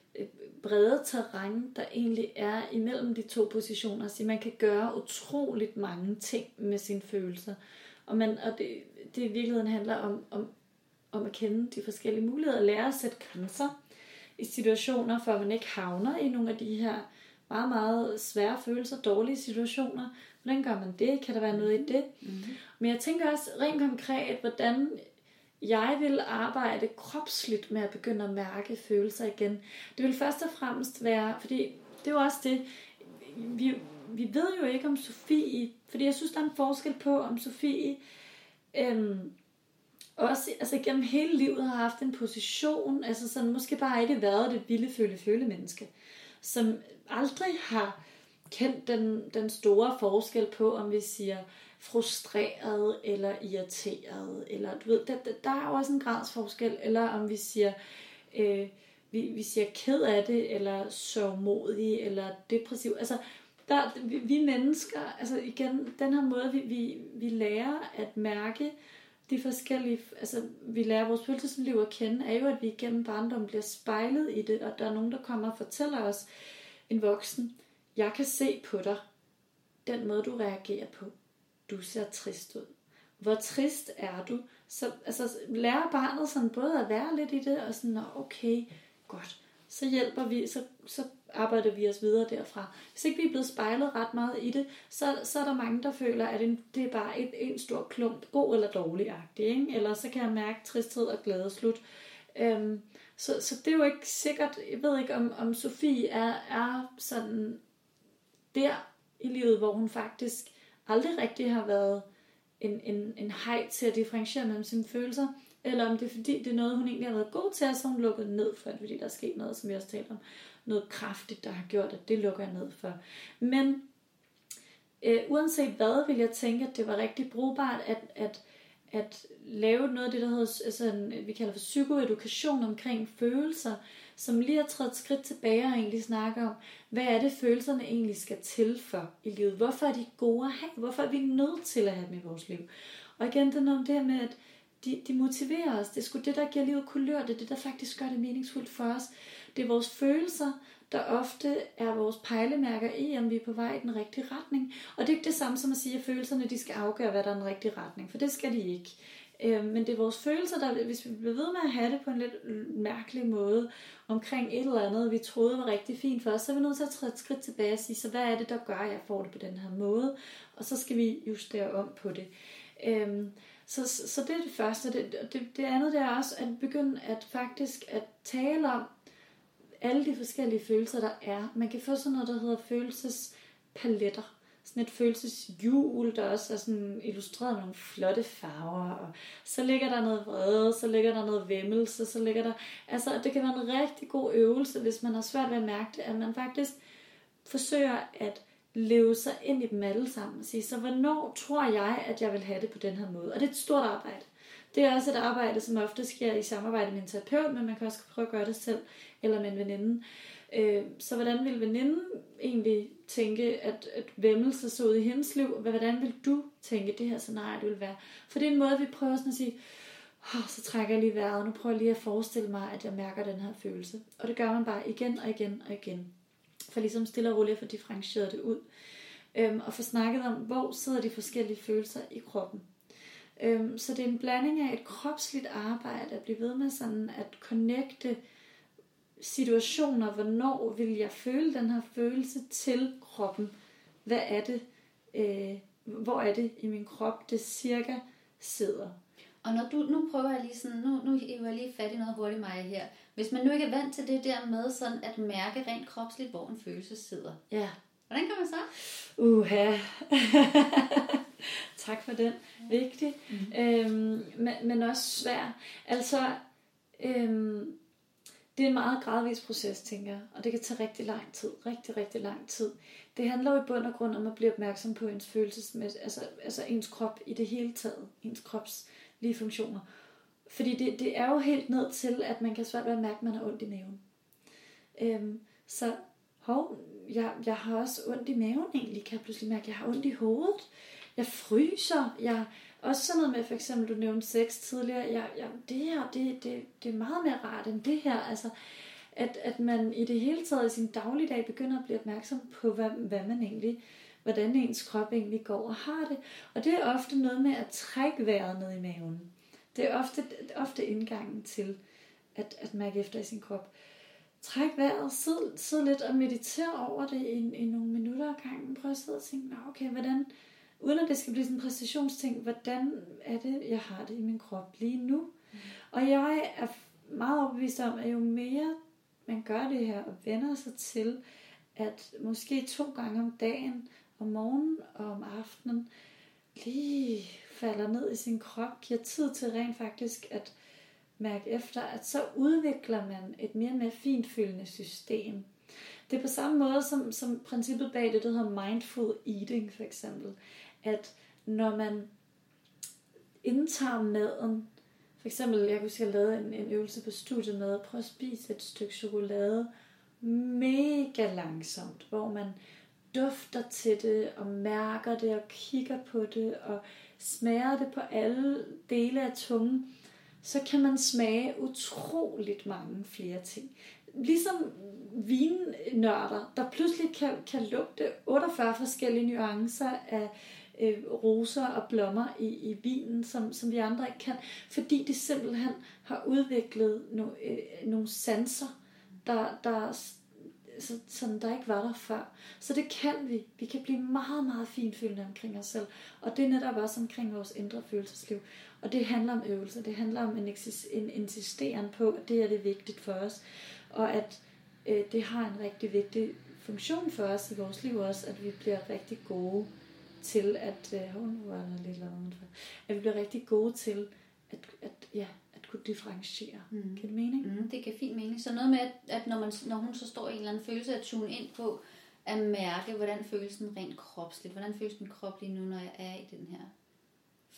brede terræn, der egentlig er imellem de to positioner. Så man kan gøre utroligt mange ting med sine følelser. Og, man, og det, det i virkeligheden handler om, om, om at kende de forskellige muligheder, og lære at sætte grænser i situationer, for at man ikke havner i nogle af de her meget, meget svære følelser, dårlige situationer. Hvordan gør man det? Kan der være noget i det? Mm-hmm. Men jeg tænker også rent konkret, hvordan jeg vil arbejde kropsligt med at begynde at mærke følelser igen. Det vil først og fremmest være, fordi det er jo også det, vi, vi ved jo ikke om Sofie, fordi jeg synes, der er en forskel på, om Sofie øhm, også altså gennem hele livet har haft en position, altså sådan måske bare ikke været det vilde føle-føle menneske, som aldrig har kendt den, den store forskel på, om vi siger frustreret eller irriteret, eller du ved, der, der er jo også en gradsforskel, eller om vi siger, øh, vi, vi siger ked af det, eller sørgmodig, eller depressiv. Altså, der, vi, vi mennesker, altså igen, den her måde, vi, vi, vi lærer at mærke de forskellige, altså vi lærer vores følelsesliv at kende, er jo, at vi gennem barndom bliver spejlet i det, og der er nogen, der kommer og fortæller os, en voksen, jeg kan se på dig, den måde, du reagerer på. Du ser trist ud. Hvor trist er du? Så altså, lærer barnet sådan både at være lidt i det, og sådan, okay, godt. Så hjælper vi, så, så arbejder vi os videre derfra. Hvis ikke vi er blevet spejlet ret meget i det, så, så er der mange, der føler, at det er bare et, en stor klump, god eller dårlig-agtig, ikke? Eller så kan jeg mærke tristhed og glæde slut. Øhm, så, så det er jo ikke sikkert, jeg ved ikke, om, om Sofie er, er sådan der i livet, hvor hun faktisk aldrig rigtig har været en, en, en hej til at differentiere mellem sine følelser, eller om det er fordi, det er noget, hun egentlig har været god til, og så hun lukket ned for, fordi der er sket noget, som vi også taler om, noget kraftigt, der har gjort, at det lukker jeg ned for. Men øh, uanset hvad, vil jeg tænke, at det var rigtig brugbart, at, at, at lave noget af det, der hedder, altså en, vi kalder for psykoedukation omkring følelser, som lige har trådt skridt tilbage og egentlig snakker om, hvad er det, følelserne egentlig skal til for i livet? Hvorfor er de gode at have? Hvorfor er vi nødt til at have dem i vores liv? Og igen, det er noget om det her med, at de, de motiverer os. Det er sgu det, der giver livet kulør. Det er det, der faktisk gør det meningsfuldt for os. Det er vores følelser, der ofte er vores pejlemærker i, om vi er på vej i den rigtige retning. Og det er ikke det samme som at sige, at følelserne de skal afgøre, hvad der er den rigtige retning. For det skal de ikke. Men det er vores følelser, der, hvis vi bliver ved med at have det på en lidt mærkelig måde, omkring et eller andet, vi troede var rigtig fint for os, så er vi nødt til at træde et skridt tilbage og sige, så hvad er det, der gør, at jeg får det på den her måde? Og så skal vi justere om på det. Så, så det er det første. Det, det, det andet det er også at begynde at faktisk at tale om alle de forskellige følelser, der er. Man kan få sådan noget, der hedder følelsespaletter. Sådan et følelseshjul, der også er sådan illustreret med nogle flotte farver. Og så ligger der noget vrede, så ligger der noget væmmelse, så ligger der... Altså, det kan være en rigtig god øvelse, hvis man har svært ved at mærke det, at man faktisk forsøger at leve sig ind i dem alle sammen og sige, så hvornår tror jeg, at jeg vil have det på den her måde? Og det er et stort arbejde. Det er også et arbejde, som ofte sker i samarbejde med en terapeut, men man kan også prøve at gøre det selv, eller med en veninde. Så hvordan vil veninden egentlig tænke, at, at væmmelse så ud i hendes liv? Hvordan vil du tænke, det her scenarie det vil være? For det er en måde, vi prøver sådan at sige, oh, så trækker jeg lige vejret, og nu prøver jeg lige at forestille mig, at jeg mærker den her følelse. Og det gør man bare igen og igen og igen. For ligesom stille og roligt at få differentieret det ud. Øhm, og få snakket om, hvor sidder de forskellige følelser i kroppen. Øhm, så det er en blanding af et kropsligt arbejde, at blive ved med sådan at connecte situationer, hvornår vil jeg føle den her følelse til kroppen. Hvad er det, øh, hvor er det i min krop, det cirka sidder. Og når du, nu prøver jeg lige sådan, nu, nu er jeg lige fat i noget hurtigt, Maja, her. Hvis man nu ikke er vant til det der med sådan at mærke rent kropsligt, hvor en følelse sidder. Ja. Hvordan kan man så? Uha. Tak for den. Ja. Vigtig. Mm. Øhm, men, men også svær. Altså, øhm, det er en meget gradvis proces, tænker jeg. Og det kan tage rigtig lang tid. Rigtig, rigtig lang tid. Det handler jo i bund og grund om at blive opmærksom på ens følelsesmæssigt, altså, altså ens krop i det hele taget. Ens krops lige funktioner. Fordi det, det er jo helt ned til, at man kan svært ved at mærke, at man har ondt i maven. Øhm, så hov, jeg, jeg har også ondt i maven egentlig, kan jeg pludselig mærke. Jeg har ondt i hovedet. Jeg fryser. Jeg, også sådan noget med, for eksempel, du nævnte sex tidligere. Jeg, jeg, det her, det, det, det er meget mere rart end det her. Altså, at, at man i det hele taget i sin dagligdag begynder at blive opmærksom på, hvad, hvad man egentlig, hvordan ens krop egentlig går og har det. Og det er ofte noget med at trække vejret ned i maven. Det er ofte, ofte indgangen til at, at mærke efter i sin krop. Træk vejret, sid, sid lidt og meditere over det i, i nogle minutter ad gangen. Prøv at sidde og tænke, okay, hvordan, uden at det skal blive sådan en præstationsting, hvordan er det, jeg har det i min krop lige nu? Mm. Og jeg er meget overbevist om, at jo mere man gør det her og vender sig til, at måske to gange om dagen, om morgenen og om aftenen, lige falder ned i sin krop, giver tid til rent faktisk at mærke efter, at så udvikler man et mere og mere fintfølende system. Det er på samme måde som, som princippet bag det, der hedder mindful eating for eksempel. At når man indtager maden, for eksempel, jeg kunne have lavet en, en øvelse på studiet med, prøv at spise et stykke chokolade mega langsomt, hvor man dufter til det, og mærker det, og kigger på det, og smager det på alle dele af tungen, så kan man smage utroligt mange flere ting. Ligesom vinnørder, der pludselig kan, kan lugte otteogfyrre forskellige nuancer af øh, roser og blommer i, i vinen, som, som vi andre ikke kan, fordi de simpelthen har udviklet no, øh, nogle sanser, der, der Så, sådan der ikke var der før. Så det kan vi. Vi kan blive meget, meget finfølende omkring os selv. Og det er netop også omkring vores indre følelsesliv. Og det handler om øvelser. Det handler om en, en insisteren på, at det er det vigtigt for os. Og at øh, det har en rigtig vigtig funktion for os i vores liv også, at vi bliver rigtig gode til at, øh, oh, nu var der lidt udenfor, at vi bliver rigtig gode til at, at ja, kunne differentiere. Mm. Kan det mening? Mm, det kan fint mening. Så noget med, at, at når, man, når hun så står i en eller anden følelse, at tune ind på, at mærke, hvordan føles den rent kropsligt. Hvordan føles min krop lige nu, når jeg er i den her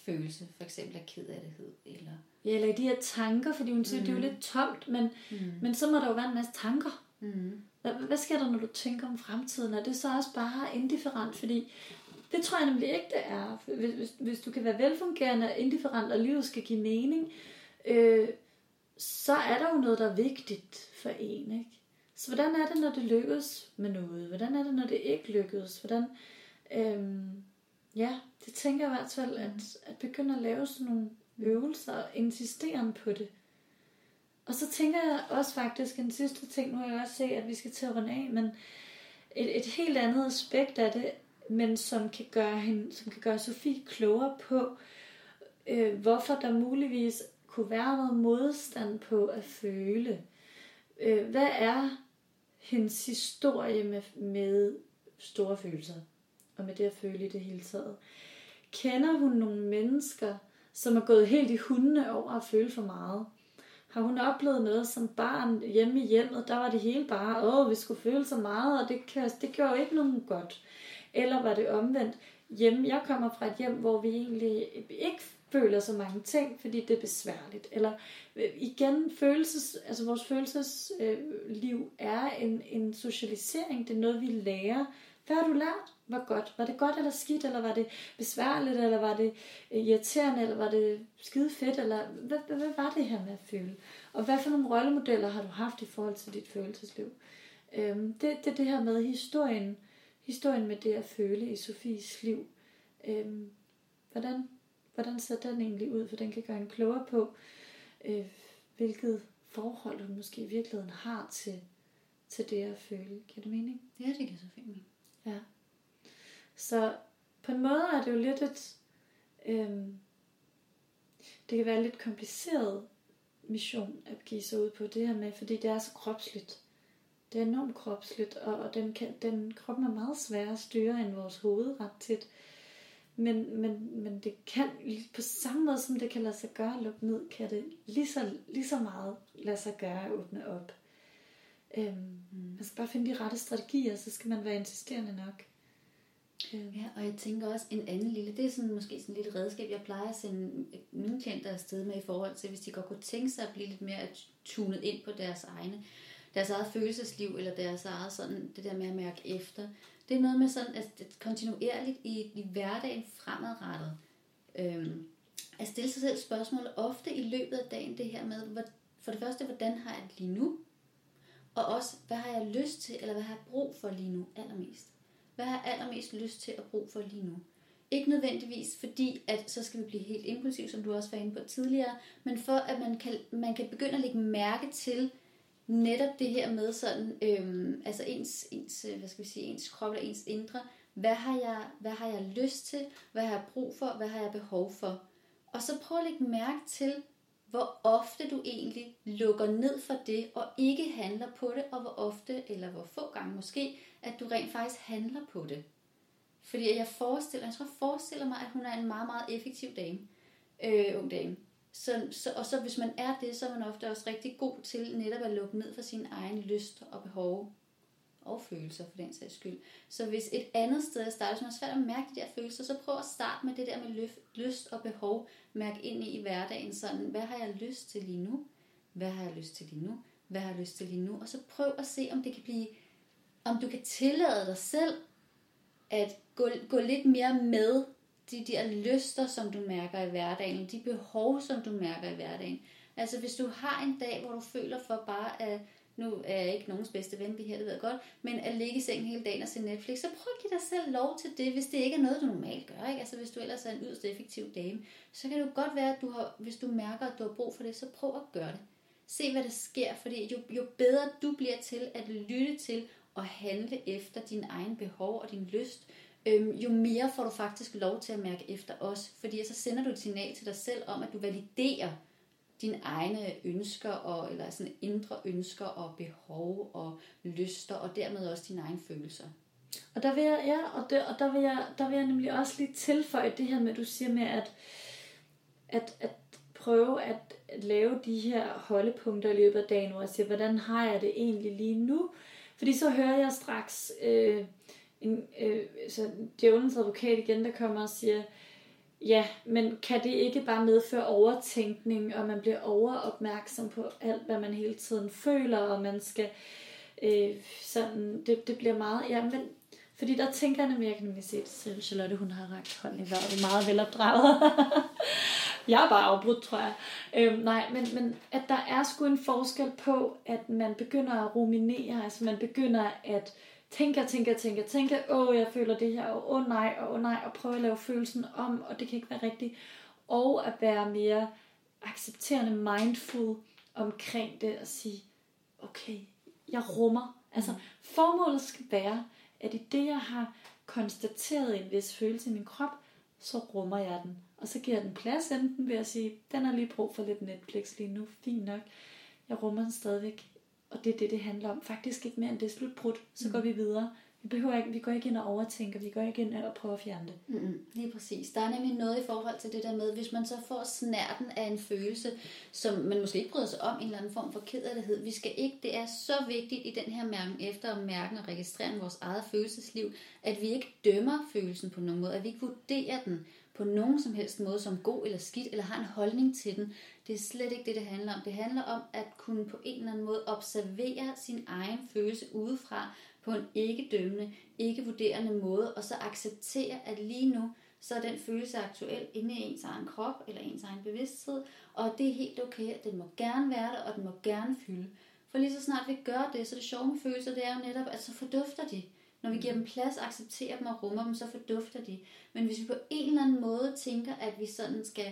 følelse, for eksempel af kederlighed, eller... Ja, eller de her tanker, fordi hun siger, mm. det er jo lidt tomt, men, mm. men så må der jo være en masse tanker. Mm. Hvad, hvad sker der, når du tænker om fremtiden? Er det så også bare indifferent? Fordi det tror jeg nemlig ikke, det er. Hvis, hvis, hvis du kan være velfungerende og indifferent, og livet skal give mening, øh, så er der jo noget, der er vigtigt for en, ikke? Så hvordan er det, når det lykkes med noget? Hvordan er det, når det ikke lykkes? Hvordan... Øh, ja, det tænker jeg i hvert fald, mm. at, at begynde at lave sådan nogle øvelser og insistere på det. Og så tænker jeg også faktisk en sidste ting, nu har jeg også set, at vi skal til at runde af, men et, et helt andet aspekt af det, men som kan gøre hende, som kan gøre Sofie klogere på, øh, hvorfor der muligvis kunne være noget modstand på at føle. Øh, hvad er hendes historie med, med store følelser, og med det at føle i det hele taget? Kender hun nogle mennesker, som er gået helt i hundene over at føle for meget? Har hun oplevet noget som barn hjemme i hjemmet, der var det hele bare, åh, vi skulle føle så meget, og det, kan, det gjorde jo ikke nogen godt. Eller var det omvendt? Hjemme, jeg kommer fra et hjem, hvor vi egentlig ikke føler så mange ting, fordi det er besværligt. Eller igen, følelses, altså vores følelsesliv øh, er en, en socialisering, det er noget, vi lærer. Hvad har du lært? Var godt. Var det godt eller skidt, eller var det besværligt, eller var det irriterende, eller var det skide fedt, eller hvad, hvad, hvad var det her med at føle? Og hvad for nogle rollemodeller har du haft i forhold til dit følelsesliv? Øhm, det, det er det her med historien, historien med det at føle i Sofies liv. Øhm, hvordan, hvordan ser den egentlig ud? For den kan gøre en klogere på, øh, hvilket forhold hun måske i virkeligheden har til, til det at føle. Giver det mening? Ja, det kan så fint. Ja. Så på en måde er det jo lidt et, øhm, det kan være lidt kompliceret mission at give sig ud på det her med, fordi det er så kropsligt. Det er enormt kropsligt, og, og den, kan, den kroppen er meget sværere at styre end vores hoved ret tit. Men, men, men det kan, på samme måde som det kan lade sig gøre at lukke ned, kan det lige så, lige så meget lade sig gøre at åbne op. Øhm, mm. Man skal bare finde de rette strategier, så skal man være insisterende nok. Øhm. Ja, og jeg tænker også en anden lille, det er sådan, måske sådan et lille redskab, jeg plejer at sende mine klienter afsted med i forhold til, hvis de godt kunne tænke sig at blive lidt mere tunet ind på deres egne, deres eget følelsesliv, eller deres eget sådan, det der med at mærke efter. Det er noget med sådan, at kontinuerligt i, i hverdagen fremadrettet, øhm, at stille sig selv spørgsmålet ofte i løbet af dagen, det her med, hvor, for det første, hvordan har jeg det lige nu? Og også, hvad har jeg lyst til, eller hvad har jeg brug for lige nu allermest? Hvad har jeg allermest lyst til at bruge for lige nu? Ikke nødvendigvis fordi, at så skal vi blive helt impulsiv, som du også var inde på tidligere, men for at man kan, man kan begynde at lægge mærke til netop det her med sådan, øhm, altså ens, ens, hvad skal vi sige, ens krop eller ens indre. Hvad har, jeg, hvad har jeg lyst til? Hvad har jeg brug for? Hvad har jeg behov for? Og så prøv at lægge mærke til, hvor ofte du egentlig lukker ned for det, og ikke handler på det, og hvor ofte, eller hvor få gange måske, at du rent faktisk handler på det. Fordi jeg forestiller, jeg tror, jeg forestiller mig, at hun er en meget, meget effektiv dame, øh, ung dame. Så, så, og så hvis man er det, så er man ofte også rigtig god til netop at lukke ned for sin egen lyst og behov, og følelser for den sags skyld. Så hvis et andet sted jeg starter, som er svært at mærke de der følelser, så prøv at starte med det der med løf, lyst og behov. Mærk ind i i hverdagen sådan, hvad har jeg lyst til lige nu? Hvad har jeg lyst til lige nu? Hvad har jeg lyst til lige nu? Og så prøv at se, om det kan blive, om du kan tillade dig selv at gå, gå lidt mere med de der lyster, som du mærker i hverdagen, de behov, som du mærker i hverdagen. Altså hvis du har en dag, hvor du føler for bare at, nu er jeg ikke nogens bedste ven, vi her, det ved jeg godt, men at ligge i sengen hele dagen og se Netflix, så prøv at give dig selv lov til det, hvis det ikke er noget, du normalt gør, ikke? Altså hvis du ellers er en yderst effektiv dame, så kan det jo godt være, at du har, hvis du mærker, at du har brug for det, så prøv at gøre det. Se, hvad der sker, fordi jo, jo bedre du bliver til at lytte til og handle efter din egen behov og din lyst, øhm, jo mere får du faktisk lov til at mærke efter os, fordi så sender du et signal til dig selv om, at du validerer dine egne ønsker, og, eller sådan indre ønsker og behov og lyster, og dermed også dine egne følelser. Og der vil jeg, ja, og, det, og der vil jeg, der vil jeg nemlig også lige tilføje det her med, at du siger med, at, at, at prøve at, at lave de her holdepunkter i løbet af dagen, hvor jeg siger, hvordan har jeg det egentlig lige nu? Fordi så hører jeg straks øh, en, øh, så djævelens advokat igen, der kommer og siger, Ja, men kan det ikke bare medføre overtænkning, og man bliver overopmærksom på alt, hvad man hele tiden føler, og man skal øh, sådan, det, det bliver meget, ja, men fordi der tænker jeg nemlig, jeg kan nemlig se det selv, Charlotte, hun har rakt hånden i vejret, meget velopdraget. Jeg er bare afbrudt, tror jeg. Øhm, nej, men, men at der er sgu en forskel på, at man begynder at ruminere, altså man begynder at tænke, tænke, tænke, tænke, åh, jeg føler det her, og åh nej, og åh nej, og prøve at lave følelsen om, og det kan ikke være rigtigt. Og at være mere accepterende, mindful omkring det, og sige, okay, jeg rummer. Altså, formålet skal være, at i det, jeg har konstateret en vis følelse i min krop, så rummer jeg den. Og så giver jeg den plads, enten ved at sige, den har lige brug for lidt Netflix lige nu, fint nok. Jeg rummer den stadigvæk, og det er det, det handler om. Faktisk ikke mere end det slutbrudt, så går vi videre. Vi behøver ikke, vi går ikke ind og overtænker, vi går ikke ind og prøver at fjerne det. Mm-hmm. Lige præcis. Der er nemlig noget i forhold til det der med, hvis man så får snærten af en følelse, som man måske ikke bryder sig om, en eller anden form for kederlighed. Vi skal ikke, det er så vigtigt i den her mærken efter at mærke og registrere vores eget følelsesliv, at vi ikke dømmer følelsen på nogen måde, at vi ikke vurderer den på nogen som helst måde som god eller skidt, eller har en holdning til den. Det er slet ikke det, det handler om. Det handler om at kunne på en eller anden måde observere sin egen følelse udefra, på en ikke-dømmende, ikke-vurderende måde, og så acceptere, at lige nu, så er den følelse aktuel inde i ens egen krop, eller ens egen bevidsthed, og det er helt okay, at den må gerne være der, og den må gerne fylde. For lige så snart vi gør det, så det sjove med følelser, det er jo netop, at så fordufter de. Når vi giver dem plads, accepterer dem og rummer dem, så fordufter de. Men hvis vi på en eller anden måde tænker, at vi sådan skal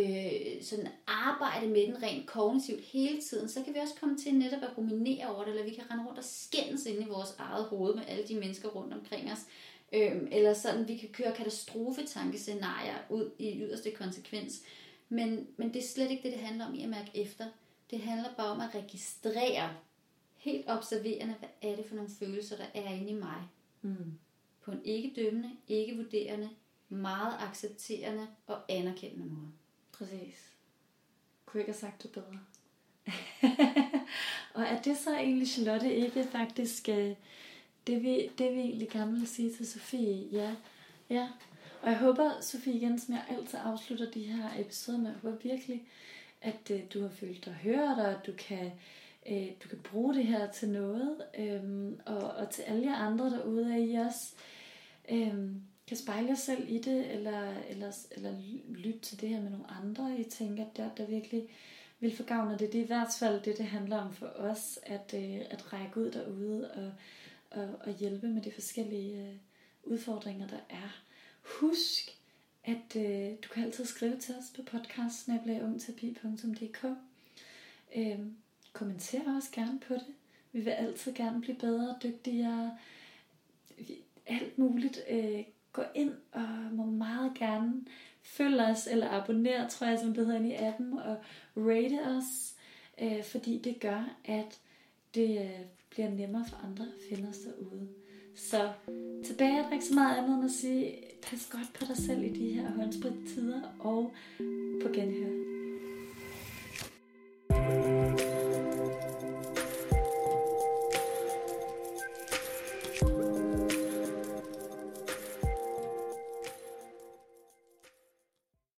øh, sådan arbejde med den rent kognitivt hele tiden, så kan vi også komme til netop at ruminere over det, eller vi kan rende rundt og skændes ind i vores eget hoved med alle de mennesker rundt omkring os. Øh, eller sådan, vi kan køre katastrofetankescenarier ud i yderste konsekvens. Men, men det er slet ikke det, det handler om i at mærke efter. Det handler bare om at registrere, helt observerende, hvad er det for nogle følelser, der er inde i mig. Mm. På en ikke-dømmende, ikke-vurderende, meget accepterende og anerkendende måde. Præcis. Kunne ikke have sagt det bedre. Og er det så egentlig, Charlotte, ikke faktisk det, vi, det vi egentlig gerne vil sige til Sofie? Ja, ja. Og jeg håber, Sofie, igen, som jeg altid afslutter de her episoder med, jeg håber virkelig, at uh, du har følt dig hørt, og at du kan, uh, du kan bruge det her til noget, um, og, og til alle jer andre derude af I også, um, kan spejle jer selv i det, eller, eller, eller lytte til det her med nogle andre, I tænker, at der, der virkelig vil få gavn af det. Det er i hvert fald det, det handler om for os, at, uh, at række ud derude, og, og, og hjælpe med de forskellige uh, udfordringer, der er. Husk, at øh, du kan altid skrive til os på podcast snabel-a ungterapi punktum d k. Øh, kommenter også gerne på det. Vi vil altid gerne blive bedre, dygtigere, alt muligt. Øh, gå ind og må meget gerne følge os, eller abonnere, tror jeg, som det hedder inde i appen, og rate os, øh, fordi det gør, at det øh, bliver nemmere for andre at finde os derude. Så tilbage er der ikke så meget andet end at sige, pas godt på dig selv i de her håndsprit tider, og på genhør.